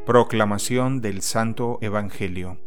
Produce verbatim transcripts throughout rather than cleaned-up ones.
Proclamación del Santo Evangelio.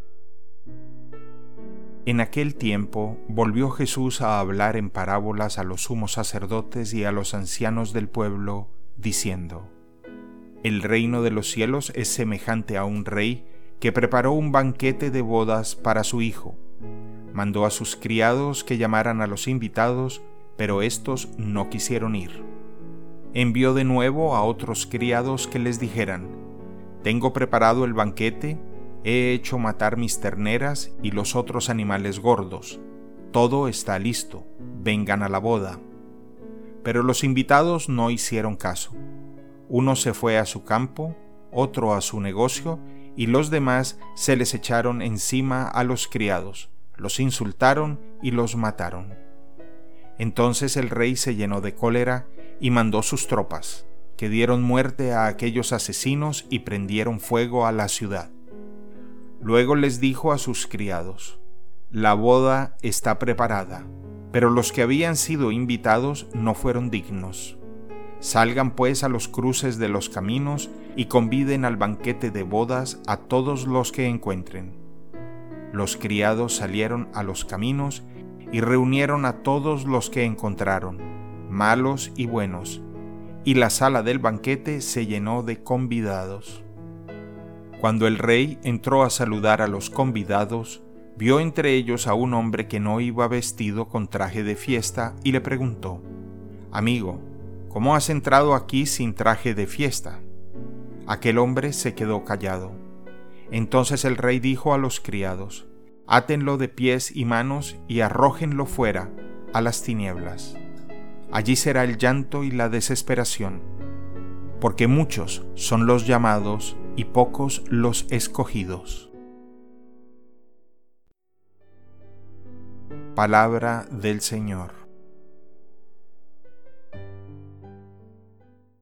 En aquel tiempo volvió Jesús a hablar en parábolas a los sumos sacerdotes y a los ancianos del pueblo, diciendo: El reino de los cielos es semejante a un rey que preparó un banquete de bodas para su hijo. Mandó a sus criados que llamaran a los invitados, pero éstos no quisieron ir. Envió de nuevo a otros criados que les dijeran: Tengo preparado el banquete, he hecho matar mis terneras y los otros animales gordos. Todo está listo, vengan a la boda. Pero los invitados no hicieron caso. Uno se fue a su campo, otro a su negocio, y los demás se les echaron encima a los criados, los insultaron y los mataron. Entonces el rey se llenó de cólera y mandó sus tropas, que dieron muerte a aquellos asesinos y prendieron fuego a la ciudad. Luego les dijo a sus criados: La boda está preparada, pero los que habían sido invitados no fueron dignos. Salgan pues a los cruces de los caminos y conviden al banquete de bodas a todos los que encuentren. Los criados salieron a los caminos y reunieron a todos los que encontraron, malos y buenos, y la sala del banquete se llenó de convidados. Cuando el rey entró a saludar a los convidados, vio entre ellos a un hombre que no iba vestido con traje de fiesta y le preguntó: Amigo, ¿cómo has entrado aquí sin traje de fiesta? Aquel hombre se quedó callado. Entonces el rey dijo a los criados: Átenlo de pies y manos y arrójenlo fuera, a las tinieblas. Allí será el llanto y la desesperación, porque muchos son los llamados y pocos los escogidos. Palabra del Señor.